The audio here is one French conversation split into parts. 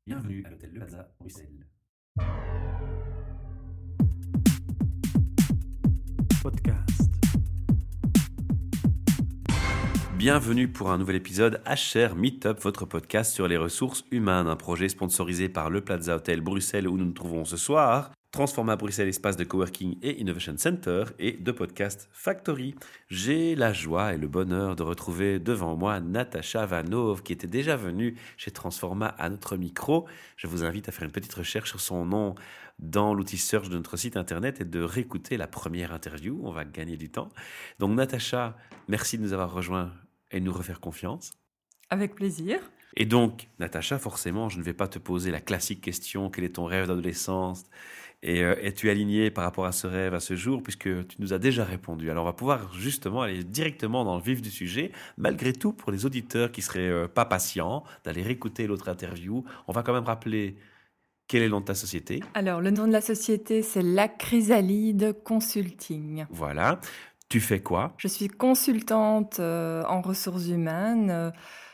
Bienvenue à l'hôtel Le Plaza, Bruxelles. Podcast. Bienvenue pour un nouvel épisode HR Meetup, votre podcast sur les ressources humaines, un projet sponsorisé par le Plaza Hotel Bruxelles où nous nous trouvons ce soir, Transforma Bruxelles espace de coworking et innovation center et de podcast Factory. J'ai la joie et le bonheur de retrouver devant moi Natacha Vanov qui était déjà venue chez Transforma à notre micro. Je vous invite à faire une petite recherche sur son nom dans l'outil search de notre site internet et de réécouter la première interview. On va gagner du temps. Donc Natacha, merci de nous avoir rejoints et de nous refaire confiance. Avec plaisir. Et donc, Natacha, forcément, je ne vais pas te poser la classique question, quel est ton rêve d'adolescence et es-tu aligné par rapport à ce rêve à ce jour, puisque tu nous as déjà répondu. Alors, on va pouvoir justement aller directement dans le vif du sujet. Malgré tout, pour les auditeurs qui seraient pas patients d'aller réécouter l'autre interview, on va quand même rappeler quel est le nom de ta société. Alors, le nom de la société, c'est La Chrysalide Consulting. Voilà. Tu fais quoi? Je suis consultante en ressources humaines.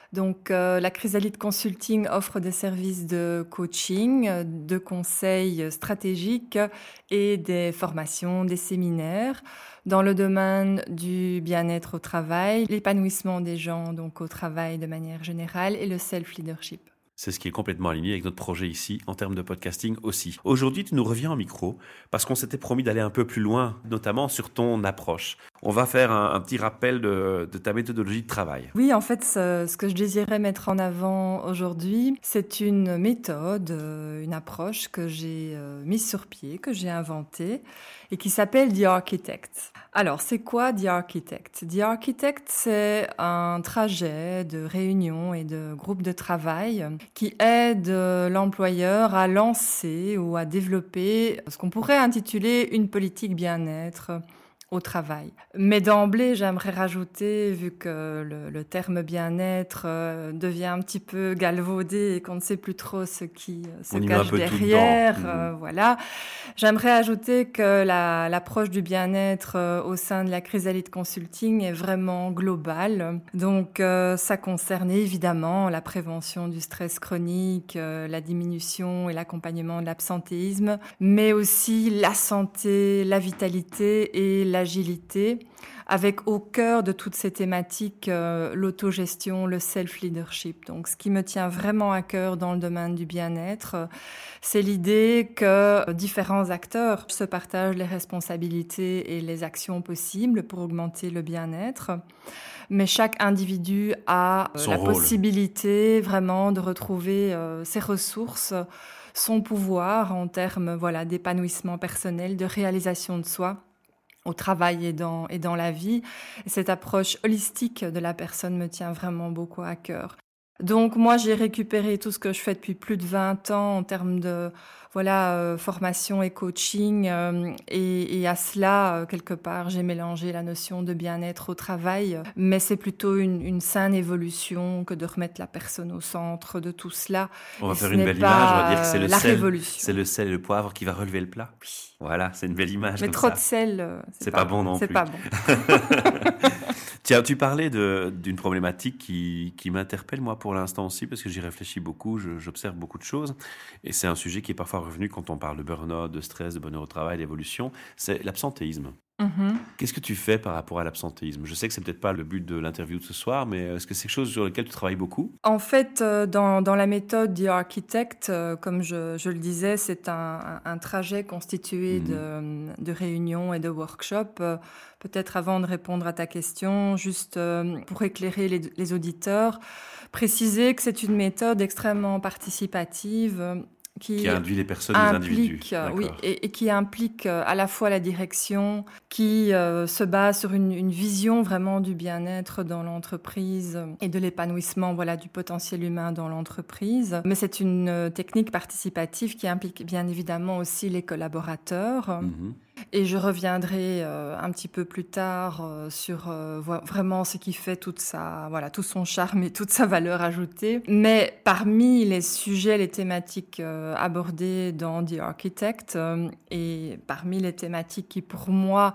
La Chrysalide Consulting offre des services de coaching, de conseils stratégiques et des formations, des séminaires dans le domaine du bien-être au travail, l'épanouissement des gens donc au travail de manière générale et le self-leadership. C'est ce qui est complètement aligné avec notre projet ici, en termes de podcasting aussi. Aujourd'hui, tu nous reviens en micro, parce qu'on s'était promis d'aller un peu plus loin, notamment sur ton approche. On va faire un petit rappel de ta méthodologie de travail. Oui, en fait, ce que je désirais mettre en avant aujourd'hui, c'est une méthode, une approche que j'ai mise sur pied, que j'ai inventée, et qui s'appelle The Architect. Alors, c'est quoi The Architect? The Architect, c'est un trajet de réunion et de groupe de travail qui aide l'employeur à lancer ou à développer ce qu'on pourrait intituler une politique bien-être au travail. Mais d'emblée, j'aimerais rajouter, vu que le terme bien-être devient un petit peu galvaudé et qu'on ne sait plus trop ce qui se cache derrière, voilà. J'aimerais ajouter que l'approche du bien-être au sein de la Chrysalide Consulting est vraiment globale. Donc, ça concerne évidemment la prévention du stress chronique, la diminution et l'accompagnement de l'absentéisme, mais aussi la santé, la vitalité et l'agilité, avec au cœur de toutes ces thématiques l'autogestion, le self-leadership. Donc, ce qui me tient vraiment à cœur dans le domaine du bien-être, c'est l'idée que différents acteurs se partagent les responsabilités et les actions possibles pour augmenter le bien-être. Mais chaque individu a la possibilité vraiment de retrouver ses ressources, son pouvoir en termes d'épanouissement personnel, de réalisation de soi au travail et dans la vie. Et cette approche holistique de la personne me tient vraiment beaucoup à cœur. Donc moi, j'ai récupéré tout ce que je fais depuis plus de 20 ans en termes de formation et coaching. Et à cela, quelque part, j'ai mélangé la notion de bien-être au travail. Mais c'est plutôt une saine évolution que de remettre la personne au centre de tout cela. On va faire une belle image, on va dire que c'est le sel, révolution. C'est le sel et le poivre qui va relever le plat. Oui. Voilà, c'est une belle image. Mais comme trop ça. de sel, c'est pas bon non plus. C'est pas bon. Tiens, tu parlais d'une problématique qui m'interpelle moi pour l'instant aussi parce que j'y réfléchis beaucoup, j'observe beaucoup de choses et c'est un sujet qui est parfois revenu quand on parle de burn-out, de stress, de bonheur au travail, d'évolution, c'est l'absentéisme. Mm-hmm. Qu'est-ce que tu fais par rapport à l'absentéisme? Je sais que c'est peut-être pas le but de l'interview de ce soir, mais est-ce que c'est quelque chose sur lequel tu travailles beaucoup? En fait, dans la méthode The Architect, comme je le disais, c'est un trajet constitué de réunions et de workshops. Peut-être avant de répondre à ta question, juste pour éclairer les auditeurs, préciser que c'est une méthode extrêmement participative qui induit les personnes, les individus. Oui, et qui implique à la fois la direction, qui se base sur une vision vraiment du bien-être dans l'entreprise et de l'épanouissement du potentiel humain dans l'entreprise. Mais c'est une technique participative qui implique bien évidemment aussi les collaborateurs. Mm-hmm. Et je reviendrai un petit peu plus tard sur vraiment ce qui fait tout son charme et toute sa valeur ajoutée. Mais parmi les sujets, les thématiques abordées dans The Architect et parmi les thématiques qui pour moi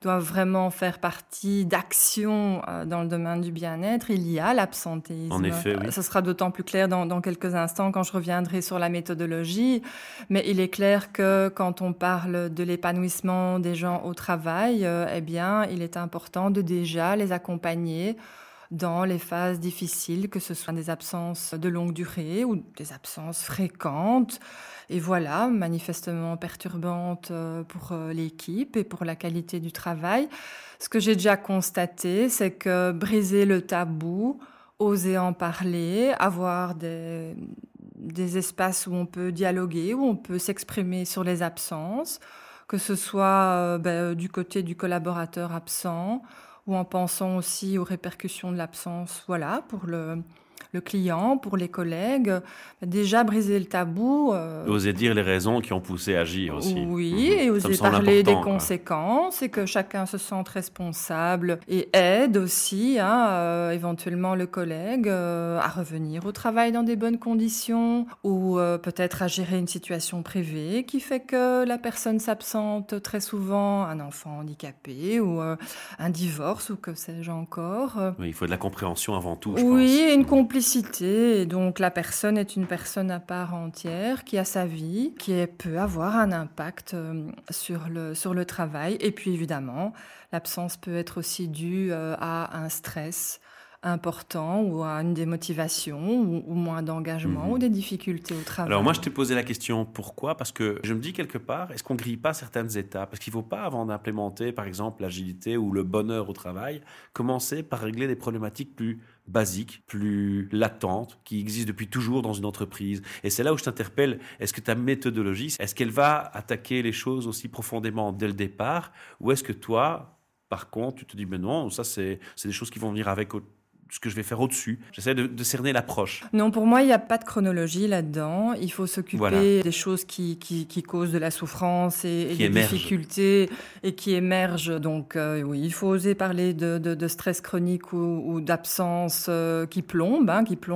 doivent vraiment faire partie d'actions dans le domaine du bien-être, il y a l'absentéisme. En effet, oui. Ce sera d'autant plus clair dans quelques instants quand je reviendrai sur la méthodologie. Mais il est clair que quand on parle de l'épanouissement des gens au travail, eh bien, il est important de déjà les accompagner dans les phases difficiles, que ce soit des absences de longue durée ou des absences fréquentes. Et voilà, manifestement perturbantes pour l'équipe et pour la qualité du travail. Ce que j'ai déjà constaté, c'est que briser le tabou, oser en parler, avoir des espaces où on peut dialoguer, où on peut s'exprimer sur les absences, que ce soit du côté du collaborateur absent ou en pensant aussi aux répercussions de l'absence, voilà, pour le client, pour les collègues. Déjà briser le tabou. Oser dire les raisons qui ont poussé à agir aussi. Oui, et Ça me oser semble parler des important, quoi. conséquences et que chacun se sente responsable et aide aussi éventuellement le collègue à revenir au travail dans des bonnes conditions ou peut-être à gérer une situation privée qui fait que la personne s'absente très souvent, un enfant handicapé ou un divorce ou que sais-je encore. Oui, il faut de la compréhension avant tout, je Oui, pense. une complicité. Et donc, la personne est une personne à part entière qui a sa vie, peut avoir un impact sur le travail. Et puis, évidemment, l'absence peut être aussi due à un stress important ou à une démotivation ou moins d'engagement ou des difficultés au travail. Alors moi, je t'ai posé la question pourquoi ? Parce que je me dis quelque part, est-ce qu'on ne grille pas certaines étapes ? Parce qu'il ne faut pas, avant d'implémenter, par exemple, l'agilité ou le bonheur au travail, commencer par régler des problématiques plus basiques, plus latentes, qui existent depuis toujours dans une entreprise. Et c'est là où je t'interpelle, est-ce que ta méthodologie, est-ce qu'elle va attaquer les choses aussi profondément dès le départ ? Ou est-ce que toi, par contre, tu te dis, mais non, ça c'est des choses qui vont venir avec ce que je vais faire au-dessus. J'essaie de cerner l'approche. Non, pour moi, il n'y a pas de chronologie là-dedans. Il faut s'occuper des choses qui causent de la souffrance et des difficultés et qui émergent. Donc, oui, il faut oser parler de stress chronique ou d'absence qui plombe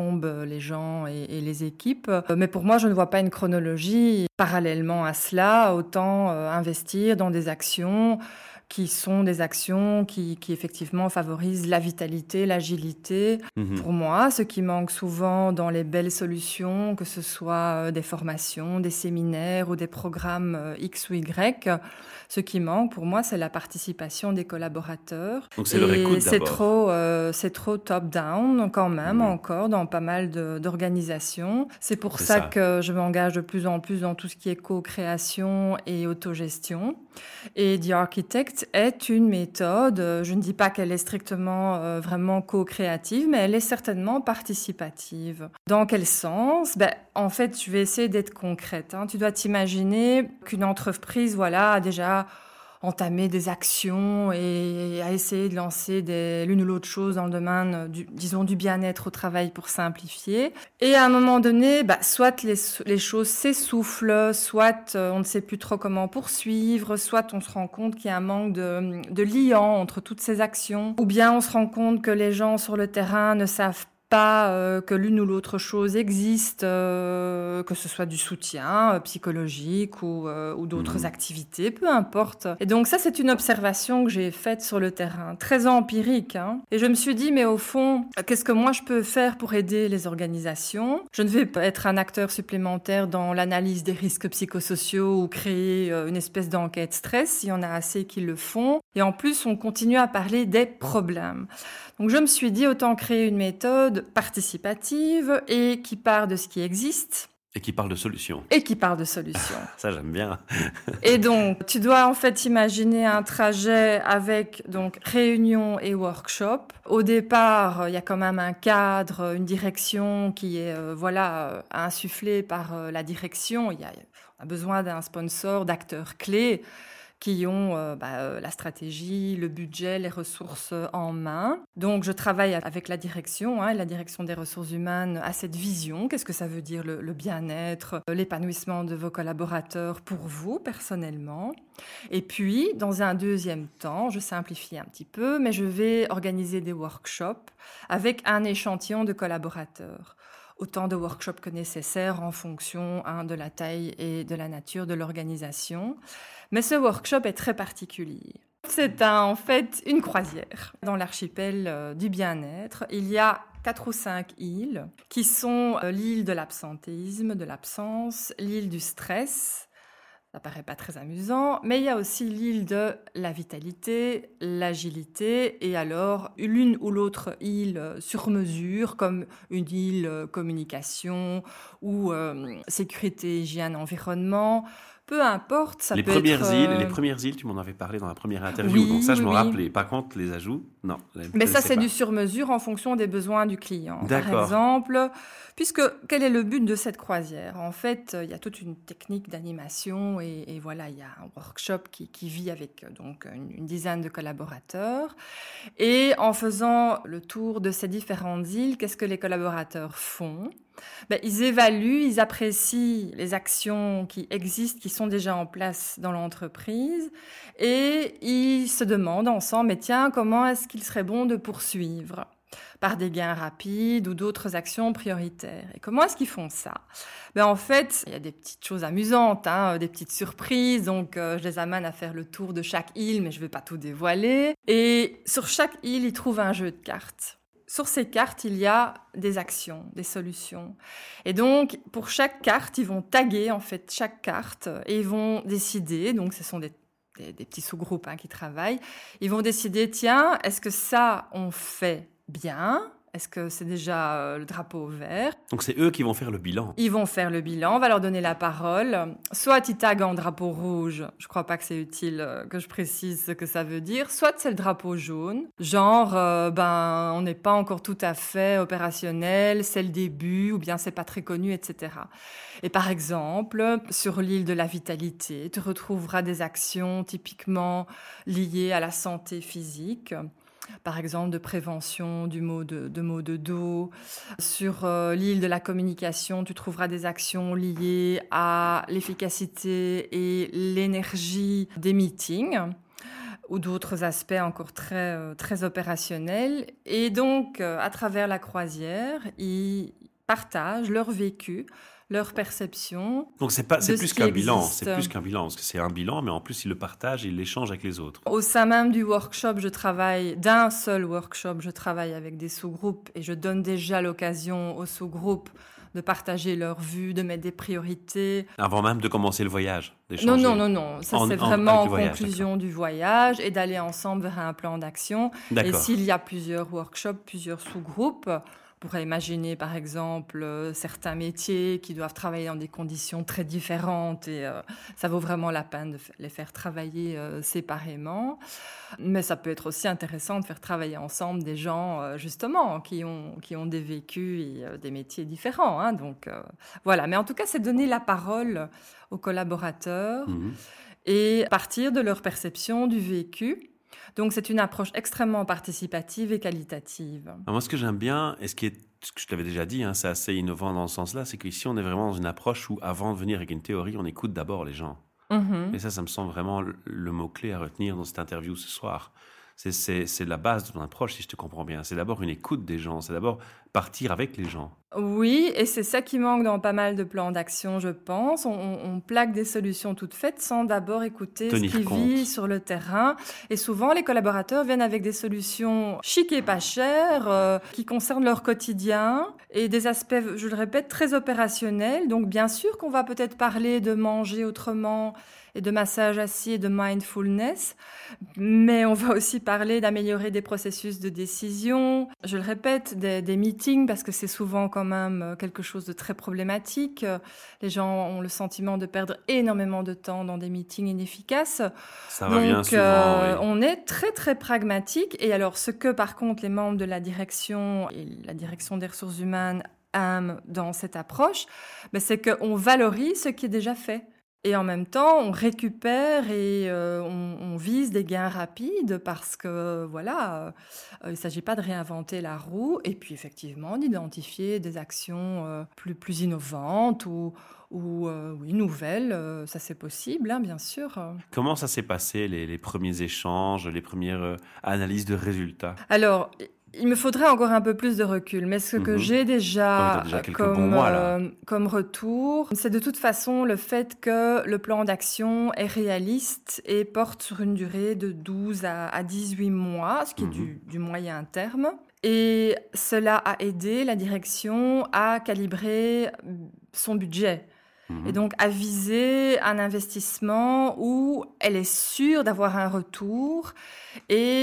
les gens et les équipes. Mais pour moi, je ne vois pas une chronologie. Parallèlement à cela, autant investir dans des actions qui sont des actions qui effectivement favorisent la vitalité, l'agilité. Pour moi, ce qui manque souvent dans les belles solutions, que ce soit des formations, des séminaires ou des programmes X ou Y, ce qui manque pour moi, c'est la participation des collaborateurs. Donc c'est leur écoute d'abord. C'est trop top-down quand même encore dans pas mal d'organisations. C'est pour ça que je m'engage de plus en plus dans tout ce qui est co-création et autogestion. Et The Architect est une méthode, je ne dis pas qu'elle est strictement vraiment co-créative, mais elle est certainement participative. Dans quel sens ? En fait, je vais essayer d'être concrète. Tu dois t'imaginer qu'une entreprise, a déjà entamé des actions et a essayé de lancer l'une ou l'autre chose dans le domaine du bien-être au travail pour simplifier. Et à un moment donné, soit les choses s'essoufflent, soit on ne sait plus trop comment poursuivre, soit on se rend compte qu'il y a un manque de liant entre toutes ces actions, ou bien on se rend compte que les gens sur le terrain ne savent pas que l'une ou l'autre chose existe, que ce soit du soutien psychologique ou d'autres activités, peu importe. Et donc ça, c'est une observation que j'ai faite sur le terrain, très empirique. Et je me suis dit, mais au fond, qu'est-ce que moi je peux faire pour aider les organisations ? Je ne vais pas être un acteur supplémentaire dans l'analyse des risques psychosociaux ou créer une espèce d'enquête stress, il y en a assez qui le font. Et en plus, on continue à parler des problèmes. Donc je me suis dit, autant créer une méthode participative et qui part de ce qui existe. Et qui parle de solutions. Ça, j'aime bien. Et donc, tu dois en fait imaginer un trajet avec donc réunion et workshop. Au départ, il y a quand même un cadre, une direction qui est insufflée par la direction. On a besoin d'un sponsor, d'acteurs clés qui ont la stratégie, le budget, les ressources en main. Donc, je travaille avec la direction. La direction des ressources humaines a cette vision. Qu'est-ce que ça veut dire le bien-être, l'épanouissement de vos collaborateurs pour vous, personnellement. Et puis, dans un deuxième temps, je simplifie un petit peu, mais je vais organiser des workshops avec un échantillon de collaborateurs. Autant de workshops que nécessaire en fonction de la taille et de la nature de l'organisation. Mais ce workshop est très particulier. C'est en fait une croisière. Dans l'archipel du bien-être, il y a 4 ou 5 îles qui sont l'île de l'absentéisme, de l'absence, l'île du stress. Ça paraît pas très amusant, mais il y a aussi l'île de la vitalité, l'agilité, et alors l'une ou l'autre île sur mesure, comme une île communication ou sécurité, hygiène, environnement. Peu importe, ça Les peut premières être... îles, les premières îles, tu m'en avais parlé dans la première interview, Oui, donc ça je oui, m'en oui. rappelais. Par contre, les ajouts, non. Mais ça, c'est pas. du sur-mesure en fonction des besoins du client. Par D'accord. exemple, puisque quel est le but de cette croisière? En fait, il y a toute une technique d'animation et voilà, il y a un workshop qui vit avec donc une dizaine de collaborateurs. Et en faisant le tour de ces différentes îles, qu'est-ce que les collaborateurs font? Ils évaluent, ils apprécient les actions qui existent, qui sont déjà en place dans l'entreprise, et ils se demandent ensemble, mais tiens, comment est-ce qu'il serait bon de poursuivre par des gains rapides ou d'autres actions prioritaires. Et comment est-ce qu'ils font ça? En fait, il y a des petites choses amusantes, des petites surprises. Donc, je les amène à faire le tour de chaque île, mais je ne vais pas tout dévoiler. Et sur chaque île, ils trouvent un jeu de cartes. Sur ces cartes, il y a des actions, des solutions. Et donc, pour chaque carte, ils vont taguer en fait chaque carte et ils vont décider, donc ce sont des petits sous-groupes qui travaillent, ils vont décider, tiens, est-ce que ça, on fait bien? Est-ce que c'est déjà le drapeau vert? Donc c'est eux qui vont faire le bilan. Ils vont faire le bilan, on va leur donner la parole. Soit ils taguent en drapeau rouge, je crois pas que c'est utile que je précise ce que ça veut dire. Soit c'est le drapeau jaune, genre on n'est pas encore tout à fait opérationnel, c'est le début, ou bien c'est pas très connu, etc. Et par exemple, sur l'île de la vitalité, tu retrouveras des actions typiquement liées à la santé physique. Par exemple, de prévention du maux de dos. Sur l'île de la communication, tu trouveras des actions liées à l'efficacité et l'énergie des meetings ou d'autres aspects encore très opérationnels. Et donc, à travers la croisière, ils partagent leur vécu, leur perception. Donc c'est plus qu'un bilan, c'est plus qu'un bilan, parce que c'est un bilan, mais en plus ils le partagent et ils l'échangent avec les autres. Au sein même du workshop, d'un seul workshop, je travaille avec des sous-groupes et je donne déjà l'occasion aux sous-groupes de partager leurs vues, de mettre des priorités. Avant même de commencer le voyage, d'échanger. Non. Ça, c'est vraiment en conclusion du voyage et d'aller ensemble vers un plan d'action. Et s'il y a plusieurs workshops, plusieurs sous-groupes, on pourrait imaginer, par exemple, certains métiers qui doivent travailler dans des conditions très différentes et ça vaut vraiment la peine de les faire travailler séparément. Mais ça peut être aussi intéressant de faire travailler ensemble des gens, justement, qui ont des vécus et des métiers différents. Donc, voilà. Mais en tout cas, c'est donner la parole aux collaborateurs et partir de leur perception du vécu. Donc, c'est une approche extrêmement participative et qualitative. Alors moi, ce que j'aime bien, et ce que je t'avais déjà dit, c'est assez innovant dans ce sens-là, c'est qu'ici, on est vraiment dans une approche où, avant de venir avec une théorie, on écoute d'abord les gens. Et ça me semble vraiment le mot-clé à retenir dans cette interview ce soir. C'est la base de ton approche, si je te comprends bien. C'est d'abord une écoute des gens, c'est d'abord partir avec les gens. Oui, et c'est ça qui manque dans pas mal de plans d'action, je pense. On plaque des solutions toutes faites sans d'abord écouter ce qui vit sur le terrain. Et souvent, les collaborateurs viennent avec des solutions chic et pas chères, qui concernent leur quotidien et des aspects, je le répète, très opérationnels. Donc, bien sûr qu'on va peut-être parler de manger autrement et de massage assis et de mindfulness, mais on va aussi parler d'améliorer des processus de décision. Je le répète, des meetings, parce que c'est souvent quand même quelque chose de très problématique. Les gens ont le sentiment de perdre énormément de temps dans des meetings inefficaces. Ça revient souvent, oui. On est très, très pragmatique. Et alors, ce que, par contre, les membres de la direction et la direction des ressources humaines aiment dans cette approche, c'est qu'on valorise ce qui est déjà fait. Et en même temps, on récupère et on vise des gains rapides parce que, il ne s'agit pas de réinventer la roue et puis effectivement d'identifier des actions plus innovantes ou nouvelles. Ça, c'est possible, bien sûr. Comment ça s'est passé, les premiers échanges, les premières analyses de résultats? Alors, Il me faudrait encore un peu plus de recul, mais ce que j'ai déjà, quelques bons mois, là. Comme retour, c'est de toute façon le fait que le plan d'action est réaliste et porte sur une durée de 12 à 18 mois, ce qui est du moyen terme. Et cela a aidé la direction à calibrer son budget. Et donc à viser un investissement où elle est sûre d'avoir un retour et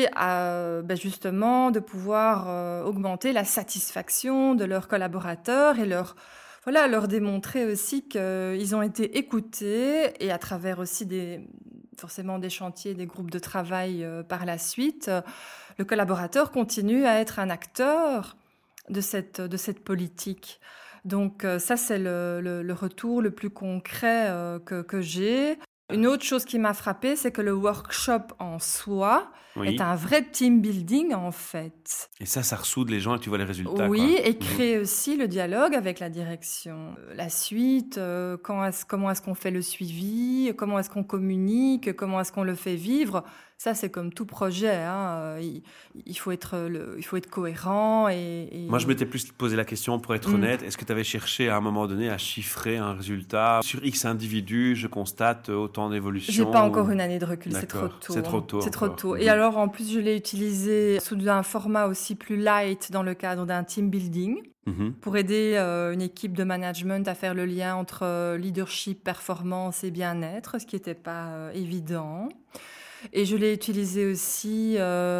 justement de pouvoir augmenter la satisfaction de leurs collaborateurs et leur démontrer aussi qu'ils ont été écoutés et à travers aussi forcément des chantiers, des groupes de travail par la suite, le collaborateur continue à être un acteur de cette politique. Donc ça, c'est le retour le plus concret que j'ai. Une autre chose qui m'a frappée, c'est que le workshop en soi est un vrai team building en fait. Et ça ressoude les gens et tu vois les résultats. Oui, et crée aussi le dialogue avec la direction. La suite, comment est-ce qu'on fait le suivi, comment est-ce qu'on communique, comment est-ce qu'on le fait vivre. Ça, c'est comme tout projet. Hein. Il faut être cohérent. Moi, je m'étais plus posé la question, pour être honnête, est-ce que tu avais cherché à un moment donné à chiffrer un résultat sur X individus, je constate autant d'évolution? J'ai pas encore une année de recul, D'accord. c'est trop tôt. C'est trop tôt. Et alors, en plus, je l'ai utilisé sous un format aussi plus light dans le cadre d'un team building. Pour aider une équipe de management à faire le lien entre leadership, performance et bien-être, ce qui n'était pas évident. Et je l'ai utilisé aussi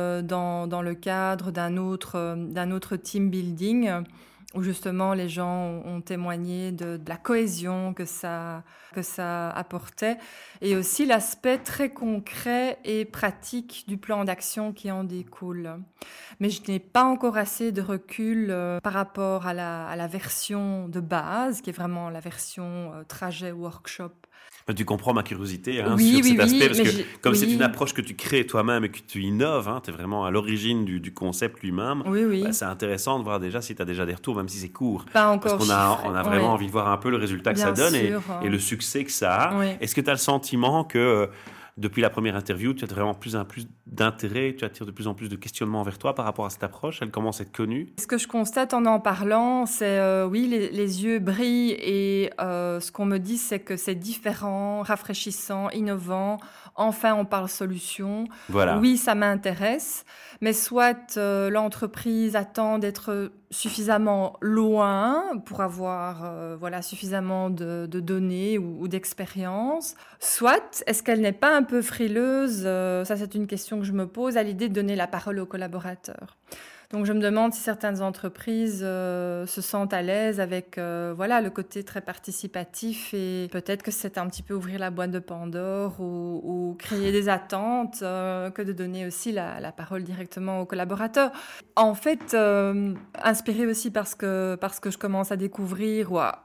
dans le cadre d'un autre team building où justement les gens ont témoigné de la cohésion que ça apportait et aussi l'aspect très concret et pratique du plan d'action qui en découle. Mais je n'ai pas encore assez de recul par rapport à la version de base, qui est vraiment la version trajet workshop. Tu comprends ma curiosité sur cet aspect, parce que comme c'est une approche que tu crées toi-même et que tu innoves, tu es vraiment à l'origine du concept lui-même, c'est intéressant de voir déjà si tu as déjà des retours, même si c'est court. Pas encore. Parce qu'on a vraiment envie de voir un peu le résultat que ça donne et le succès que ça a. Oui. Est-ce que tu as le sentiment que depuis la première interview, tu as vraiment plus en plus d'intérêt, tu attires de plus en plus de questionnements vers toi par rapport à cette approche? Elle commence à être connue? Ce que je constate en parlant, c'est les yeux brillent et ce qu'on me dit, c'est que c'est différent, rafraîchissant, innovant. Enfin, on parle solution. Voilà. Oui, ça m'intéresse, mais soit l'entreprise attend d'être suffisamment loin pour avoir suffisamment de données ou d'expérience, soit est-ce qu'elle n'est pas un peu frileuse, ça c'est une question que je me pose, à l'idée de donner la parole aux collaborateurs. Donc je me demande si certaines entreprises se sentent à l'aise avec le côté très participatif et peut-être que c'est un petit peu ouvrir la boîte de Pandore ou créer des attentes que de donner aussi la parole directement aux collaborateurs. En fait, inspirée aussi parce que je commence à découvrir à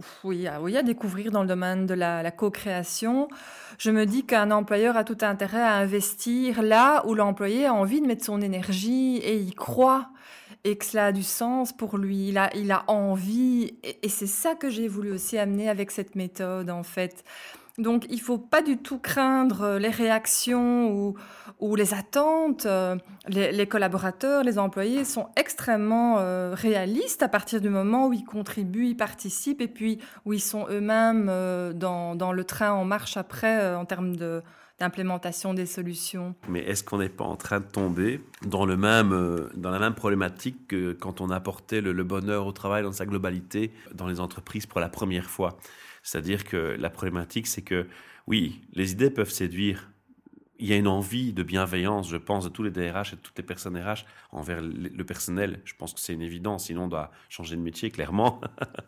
découvrir dans le domaine de la co-création, je me dis qu'un employeur a tout intérêt à investir là où l'employé a envie de mettre son énergie et y croit et que cela a du sens pour lui. Il a envie et c'est ça que j'ai voulu aussi amener avec cette méthode en fait. Donc, il ne faut pas du tout craindre les réactions ou les attentes. Les collaborateurs, les employés sont extrêmement réalistes à partir du moment où ils contribuent, ils participent et puis où ils sont eux-mêmes dans le train en marche après en termes d'implémentation des solutions. Mais est-ce qu'on n'est pas en train de tomber dans la même problématique que quand on apportait le bonheur au travail dans sa globalité dans les entreprises pour la première fois? C'est-à-dire que la problématique, c'est que, oui, les idées peuvent séduire. Il y a une envie de bienveillance, je pense, de tous les DRH et de toutes les personnes RH envers le personnel. Je pense que c'est une évidence, sinon on doit changer de métier, clairement.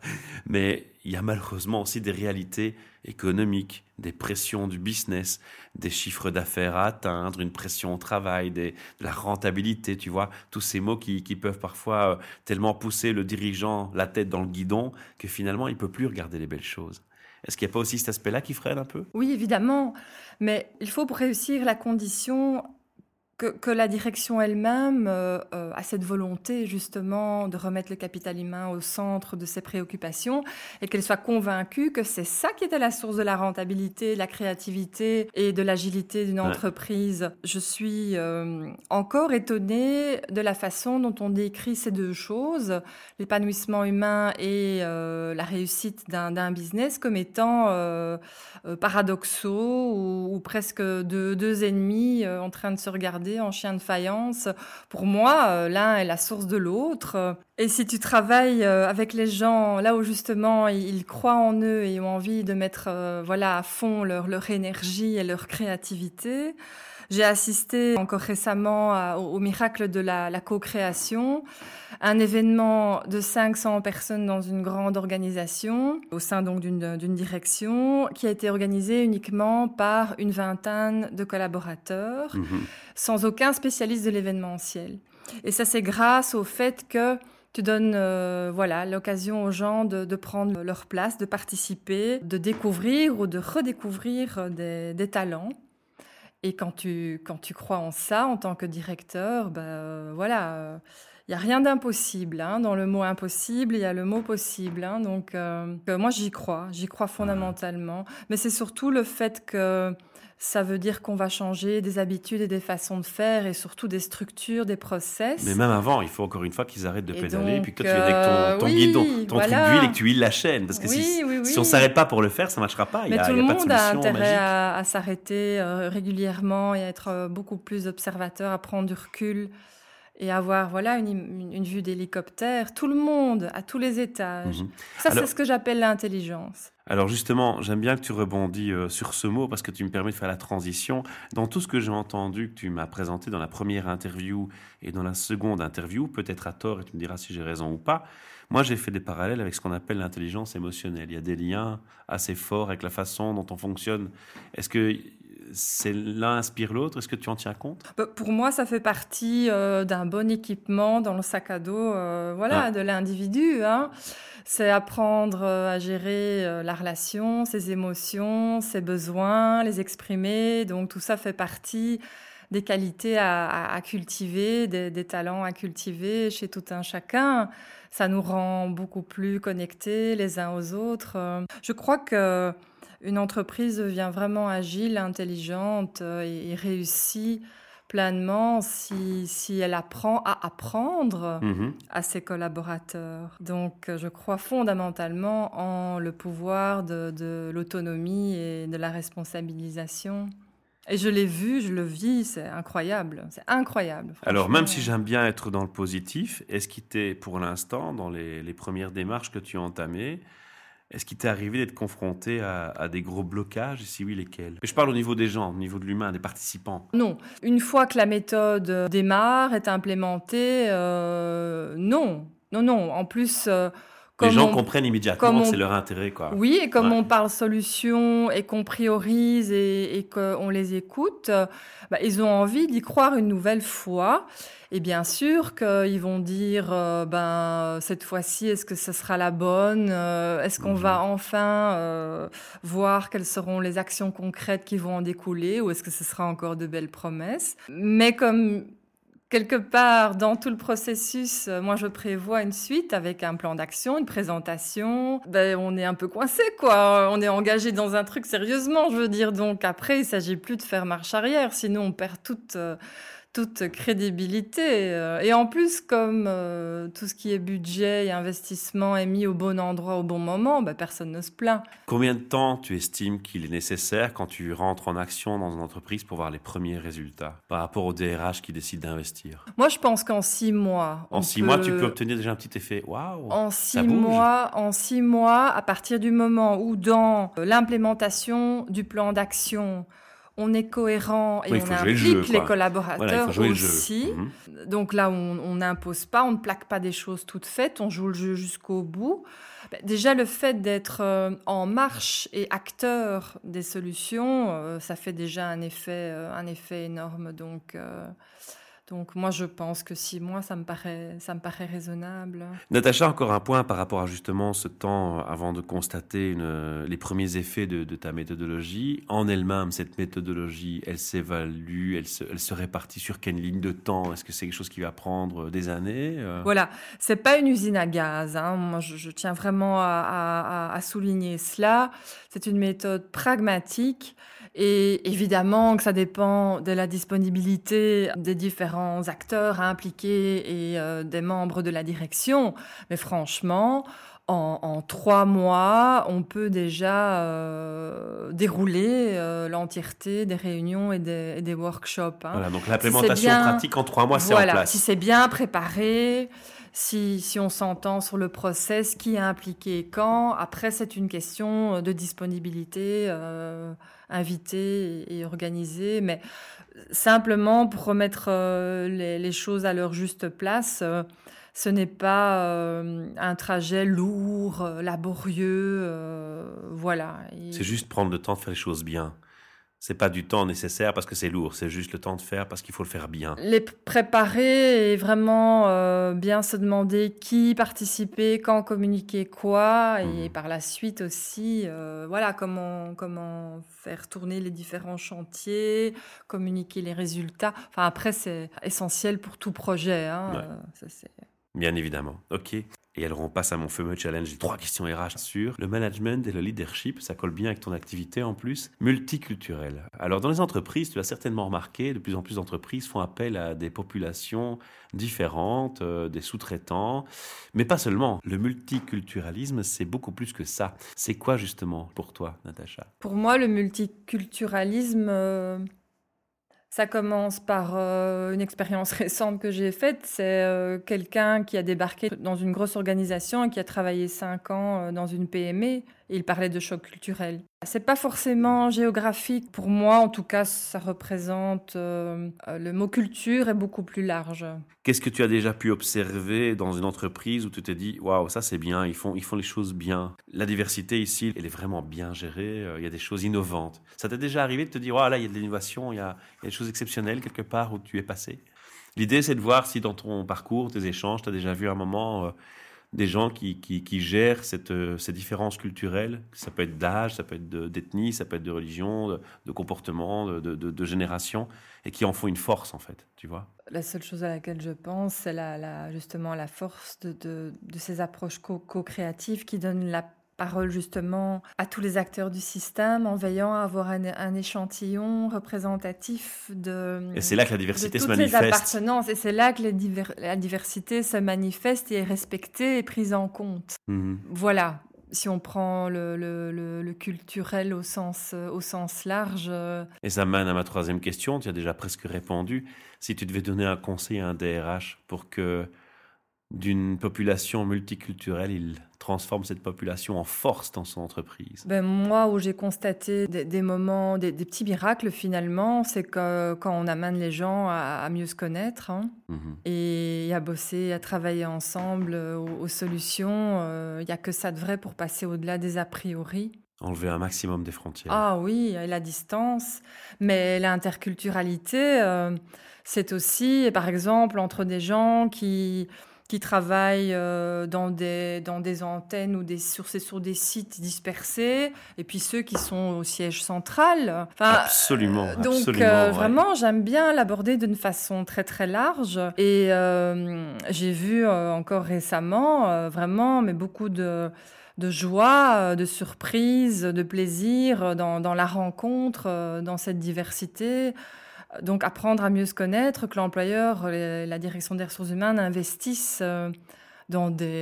Mais il y a malheureusement aussi des réalités économiques, des pressions du business, des chiffres d'affaires à atteindre, une pression au travail, de la rentabilité, tu vois. Tous ces mots qui peuvent parfois tellement pousser le dirigeant la tête dans le guidon que finalement, il ne peut plus regarder les belles choses. Est-ce qu'il n'y a pas aussi cet aspect-là qui freine un peu? Oui, évidemment. Mais il faut pour réussir la condition que la direction elle-même a cette volonté justement de remettre le capital humain au centre de ses préoccupations et qu'elle soit convaincue que c'est ça qui était la source de la rentabilité, de la créativité et de l'agilité d'une entreprise. Je suis encore étonnée de la façon dont on décrit ces deux choses, l'épanouissement humain et la réussite d'un business, comme étant paradoxaux ou presque deux ennemis en train de se regarder en chien de faïence. Pour moi, l'un est la source de l'autre. Et si tu travailles avec les gens là où justement ils croient en eux et ont envie de mettre à fond leur énergie et leur créativité. J'ai assisté encore récemment au miracle de la co-création, un événement de 500 personnes dans une grande organisation, au sein donc d'une direction, qui a été organisée uniquement par une vingtaine de collaborateurs, sans aucun spécialiste de l'événementiel. Et ça, c'est grâce au fait que tu donnes l'occasion aux gens de prendre leur place, de participer, de découvrir ou de redécouvrir des talents. Et quand tu crois en ça, en tant que directeur, il n'y a rien d'impossible. Dans le mot impossible, il y a le mot possible. Donc, moi, j'y crois fondamentalement. Mais c'est surtout le fait que ça veut dire qu'on va changer des habitudes et des façons de faire et surtout des structures, des process. Mais même avant, il faut encore une fois qu'ils arrêtent de pédaler et puis que toi, tu viennes avec ton guidon, ton truc d'huile et que tu huiles la chaîne. Parce que si on ne s'arrête pas pour le faire, ça ne marchera pas. Mais tout le monde a intérêt à s'arrêter régulièrement et à être beaucoup plus observateur, à prendre du recul et avoir une vue d'hélicoptère. Tout le monde, à tous les étages. Ça, c'est ce que j'appelle l'intelligence. Alors justement, j'aime bien que tu rebondis sur ce mot parce que tu me permets de faire la transition. Dans tout ce que j'ai entendu, que tu m'as présenté dans la première interview et dans la seconde interview, peut-être à tort et tu me diras si j'ai raison ou pas, moi j'ai fait des parallèles avec ce qu'on appelle l'intelligence émotionnelle. Il y a des liens assez forts avec la façon dont on fonctionne. Est-ce que l'un inspire l'autre? Est-ce que tu en tiens compte? Pour moi, ça fait partie d'un bon équipement dans le sac à dos de l'individu. C'est apprendre à gérer la relation, ses émotions, ses besoins, les exprimer. Donc tout ça fait partie des qualités à cultiver, des talents à cultiver chez tout un chacun. Ça nous rend beaucoup plus connectés les uns aux autres. Je crois que une entreprise devient vraiment agile, intelligente et réussit pleinement si elle apprend à apprendre à ses collaborateurs. Donc, je crois fondamentalement en le pouvoir de l'autonomie et de la responsabilisation. Et je l'ai vu, je le vis, c'est incroyable. C'est incroyable. Alors, même si j'aime bien être dans le positif, est-ce qu'il t'est, pour l'instant, dans les premières démarches que tu as entamées, est-ce qu'il t'est arrivé d'être confronté à des gros blocages? Et si oui, lesquels? Je parle au niveau des gens, au niveau de l'humain, des participants. Non. Une fois que la méthode démarre, est implémentée, non. Non. En plus... les gens comprennent immédiatement que c'est leur intérêt, quoi. Oui, et comme on parle solution et qu'on priorise et qu'on les écoute, ils ont envie d'y croire une nouvelle fois. Et bien sûr qu'ils vont dire, cette fois-ci, est-ce que ce sera la bonne? Est-ce qu'on va enfin voir quelles seront les actions concrètes qui vont en découler? Ou est-ce que ce sera encore de belles promesses? Mais comme... quelque part, dans tout le processus, moi, je prévois une suite avec un plan d'action, une présentation. On est un peu coincé, quoi. On est engagé dans un truc sérieusement, je veux dire. Donc après, il s'agit plus de faire marche arrière, sinon on perd toute crédibilité. Et en plus, comme tout ce qui est budget et investissement est mis au bon endroit au bon moment, personne ne se plaint. Combien de temps tu estimes qu'il est nécessaire quand tu rentres en action dans une entreprise pour voir les premiers résultats par rapport au DRH qui décide d'investir? Moi, je pense qu'en 6 mois... En 6 mois, tu peux obtenir déjà un petit effet. Waouh! En 6 mois, à partir du moment où dans l'implémentation du plan d'action, on est cohérent et on implique les collaborateurs aussi. Donc là, on n'impose pas, on ne plaque pas des choses toutes faites, on joue le jeu jusqu'au bout. Déjà, le fait d'être en marche et acteur des solutions, ça fait déjà un effet énorme. Donc moi, je pense que 6 mois, ça me paraît raisonnable. Natacha, encore un point par rapport à justement ce temps avant de constater les premiers effets de ta méthodologie. En elle-même, cette méthodologie, elle s'évalue, elle se répartit sur quelle ligne de temps? Est-ce que c'est quelque chose qui va prendre des années? Voilà, c'est pas une usine à gaz, hein. Moi, je tiens vraiment à souligner cela. C'est une méthode pragmatique. Et évidemment que ça dépend de la disponibilité des différents acteurs impliqués et des membres de la direction. Mais franchement, en 3 mois, on peut déjà dérouler l'entièreté des réunions et des workshops, hein. Voilà, donc l'implémentation pratique en 3 mois, c'est en place. Si c'est bien préparé, si on s'entend sur le process, qui est impliqué quand. Après, c'est une question de disponibilité, invité et organisé. Mais simplement pour remettre les choses à leur juste place, ce n'est pas un trajet lourd, laborieux, voilà. C'est juste prendre le temps de faire les choses bien. C'est pas du temps nécessaire parce que c'est lourd, c'est juste le temps de faire parce qu'il faut le faire bien. Les préparer et vraiment bien se demander qui participait, quand communiquer quoi, et par la suite aussi, voilà, comment faire tourner les différents chantiers, communiquer les résultats. Enfin, après, c'est essentiel pour tout projet, hein. Ouais. Ça, c'est... Bien évidemment. OK. Et alors, on passe à mon fameux challenge. J'ai 3 questions RH sur le management et le leadership. Ça colle bien avec ton activité en plus. Multiculturel. Alors, dans les entreprises, tu as certainement remarqué, de plus en plus d'entreprises font appel à des populations différentes, des sous-traitants. Mais pas seulement. Le multiculturalisme, c'est beaucoup plus que ça. C'est quoi justement pour toi, Natacha? Pour moi, le multiculturalisme... Ça commence par une expérience récente que j'ai faite. C'est quelqu'un qui a débarqué dans une grosse organisation et qui a travaillé 5 ans dans une PME. Et il parlait de choc culturel. C'est pas forcément géographique. Pour moi, en tout cas, ça représente... le mot culture est beaucoup plus large. Qu'est-ce que tu as déjà pu observer dans une entreprise où tu t'es dit « Waouh, ça c'est bien, ils font les choses bien ». La diversité ici, elle est vraiment bien gérée, il y a des choses innovantes. Ça t'est déjà arrivé de te dire « Waouh, là, il y a de l'innovation, il y a des choses exceptionnelles quelque part où tu es passé ». L'idée, c'est de voir si dans ton parcours, tes échanges, tu as déjà vu à un moment... des gens qui gèrent ces différences culturelles. Ça peut être d'âge, ça peut être d'ethnie, ça peut être de religion, de comportement, de génération, et qui en font une force, en fait, tu vois. La seule chose à laquelle je pense, c'est justement la force de ces approches co-créatives qui donnent la parole justement à tous les acteurs du système en veillant à avoir un échantillon représentatif Et c'est là que la diversité se manifeste. Les appartenances, et c'est là que la diversité se manifeste et est respectée et prise en compte. Mm-hmm. Voilà. Si on prend le culturel au sens large. Et ça mène à ma 3e question, tu as déjà presque répondu. Si tu devais donner un conseil à un DRH pour que d'une population multiculturelle, il transforme cette population en force dans son entreprise. Moi, où j'ai constaté des moments, des petits miracles finalement, c'est que quand on amène les gens à mieux se connaître, hein, et à bosser, à travailler ensemble aux solutions, il n'y a que ça de vrai pour passer au-delà des a priori. Enlever un maximum des frontières. Ah oui, et la distance. Mais l'interculturalité, c'est aussi, par exemple, entre des gens qui travaillent dans des antennes ou sur des sites dispersés, et puis ceux qui sont au siège central. Enfin, absolument. Donc, vraiment, j'aime bien l'aborder d'une façon très, très large. Et j'ai vu encore récemment, vraiment, mais beaucoup de joie, de surprise, de plaisir dans la rencontre, dans cette diversité. Donc, apprendre à mieux se connaître, que l'employeur, la direction des ressources humaines investissent dans des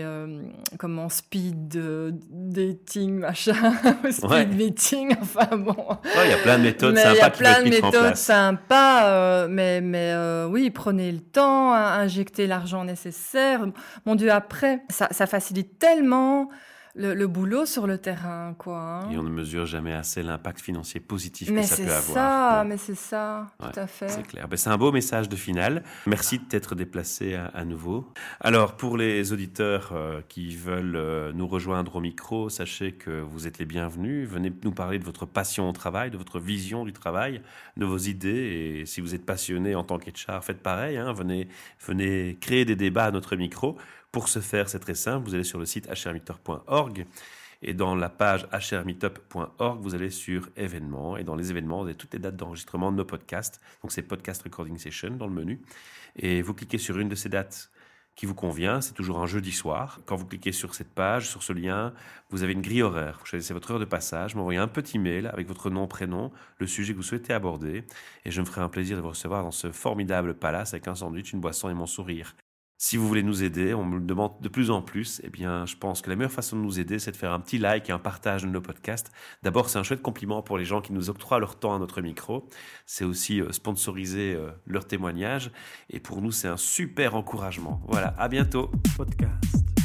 speed dating, machin, speed meeting, enfin bon. Il y a plein de méthodes sympas qui peuvent être mises en place. Il y a plein de méthodes sympas, mais oui, prenez le temps, injectez l'argent nécessaire. Mon Dieu, après, ça facilite tellement le boulot sur le terrain, quoi. Hein. Et on ne mesure jamais assez l'impact financier positif Mais que ça c'est peut ça, avoir. mais c'est ça, Ouais, tout à fait. c'est clair. C'est un beau message de finale. Merci de t'être déplacé à nouveau. Alors, pour les auditeurs qui veulent nous rejoindre au micro, sachez que vous êtes les bienvenus. Venez nous parler de votre passion au travail, de votre vision du travail, de vos idées. Et si vous êtes passionné en tant qu'HR, faites pareil. Hein. Venez créer des débats à notre micro. Pour ce faire, c'est très simple. Vous allez sur le site hrmeetup.org. Et dans la page hrmeetup.org, vous allez sur événements. Et dans les événements, vous avez toutes les dates d'enregistrement de nos podcasts. Donc, c'est Podcast Recording Session dans le menu. Et vous cliquez sur une de ces dates qui vous convient. C'est toujours un jeudi soir. Quand vous cliquez sur cette page, sur ce lien, vous avez une grille horaire. Vous choisissez votre heure de passage, m'envoyez un petit mail avec votre nom, prénom, le sujet que vous souhaitez aborder. Et je me ferai un plaisir de vous recevoir dans ce formidable palace avec un sandwich, une boisson et mon sourire. Si vous voulez nous aider, on me le demande de plus en plus, eh bien, je pense que la meilleure façon de nous aider, c'est de faire un petit like et un partage de nos podcasts. D'abord, c'est un chouette compliment pour les gens qui nous octroient leur temps à notre micro. C'est aussi sponsoriser leur témoignage. Et pour nous, c'est un super encouragement. Voilà, à bientôt. Podcast.